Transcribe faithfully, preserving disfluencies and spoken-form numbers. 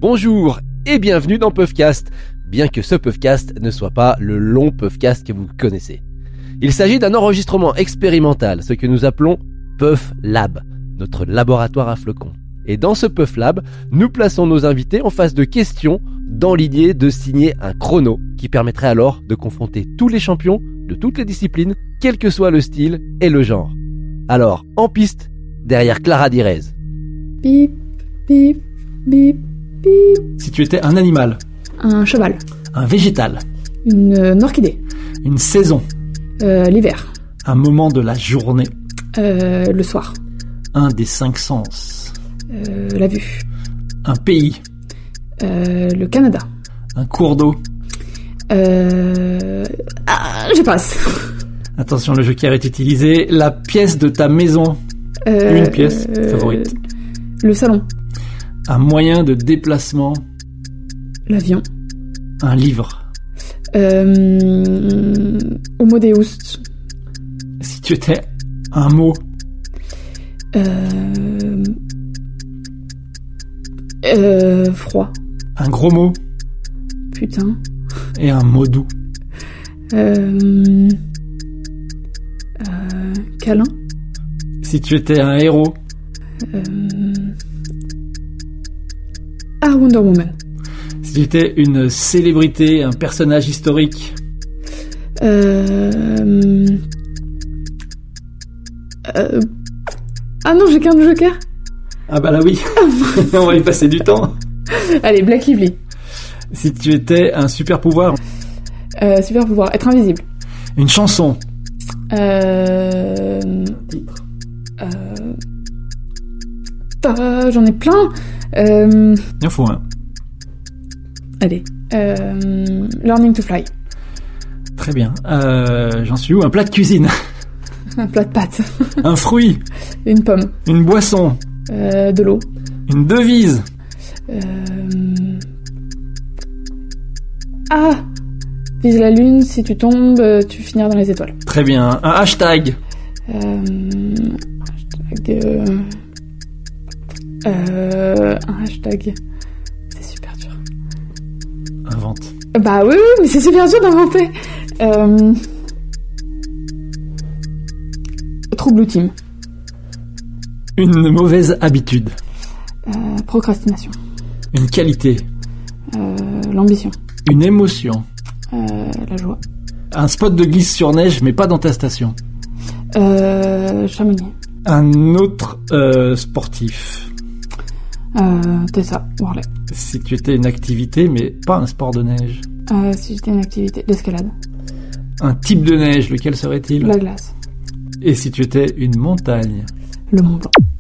Bonjour et bienvenue dans Puffcast, bien que ce Puffcast ne soit pas le long Puffcast que vous connaissez. Il s'agit d'un enregistrement expérimental, ce que nous appelons Puff Lab, notre laboratoire à flocons. Et dans ce Puff Lab, nous plaçons nos invités en face de questions dans l'idée de signer un chrono qui permettrait alors de confronter tous les champions de toutes les disciplines, quel que soit le style et le genre. Alors, en piste, derrière Clara Direz. Bip, bip, bip, bip. Si tu étais un animal. Un cheval. Un végétal. Une, euh, une orchidée. Une saison. Euh, l'hiver. Un moment de la journée. Euh, le soir. Un des cinq sens. Euh, la vue. Un pays. Euh, le Canada. Un cours d'eau. Euh... Ah, je passe. Attention, le joker est utilisé. La pièce de ta maison. Euh, Une pièce euh, favorite. Le salon. Un moyen de déplacement. L'avion. Un livre. Euh... Homo Deus. Si tu étais un mot. Euh... Euh... Froid. Un gros mot. Putain. Et un mot doux. Euh... Euh... Câlin. Si tu étais un héros. Euh... Ah, Wonder Woman. Si tu étais une célébrité, un personnage historique. Euh... Euh... Ah non, j'ai qu'un joker. Ah bah là oui. On va y passer du temps. Allez, Black Lively. Si tu étais un super pouvoir. Euh, super pouvoir, être invisible. Une chanson. Euh... Euh... Ah, j'en ai plein. Euh... Il en faut un. Allez. Euh... Learning to Fly. Très bien. Euh, j'en suis où? Un plat de cuisine. Un plat de pâtes. Un fruit. Une pomme. Une boisson. Euh, de l'eau. Une devise. Euh... Ah, vise la lune, si tu tombes, tu finiras dans les étoiles. Très bien. Un hashtag. Euh... Hashtag... Euh... Euh... Un hashtag... C'est super dur. Invente. Bah oui, oui, mais c'est super dur d'inventer. Euh... Trouble ultime. Une mauvaise habitude. Euh... Procrastination. Une qualité. Euh... L'ambition. Une émotion. Euh... La joie. Un spot de glisse sur neige, mais pas dans ta station. Euh... Chamonix. Un autre euh, sportif. Euh... Tessa. Worley. Si tu étais une activité, mais pas un sport de neige. Euh... Si j'étais une activité... L'escalade. Un type de neige, lequel serait-il? La glace. Et si tu étais une montagne? Le Mont Blanc.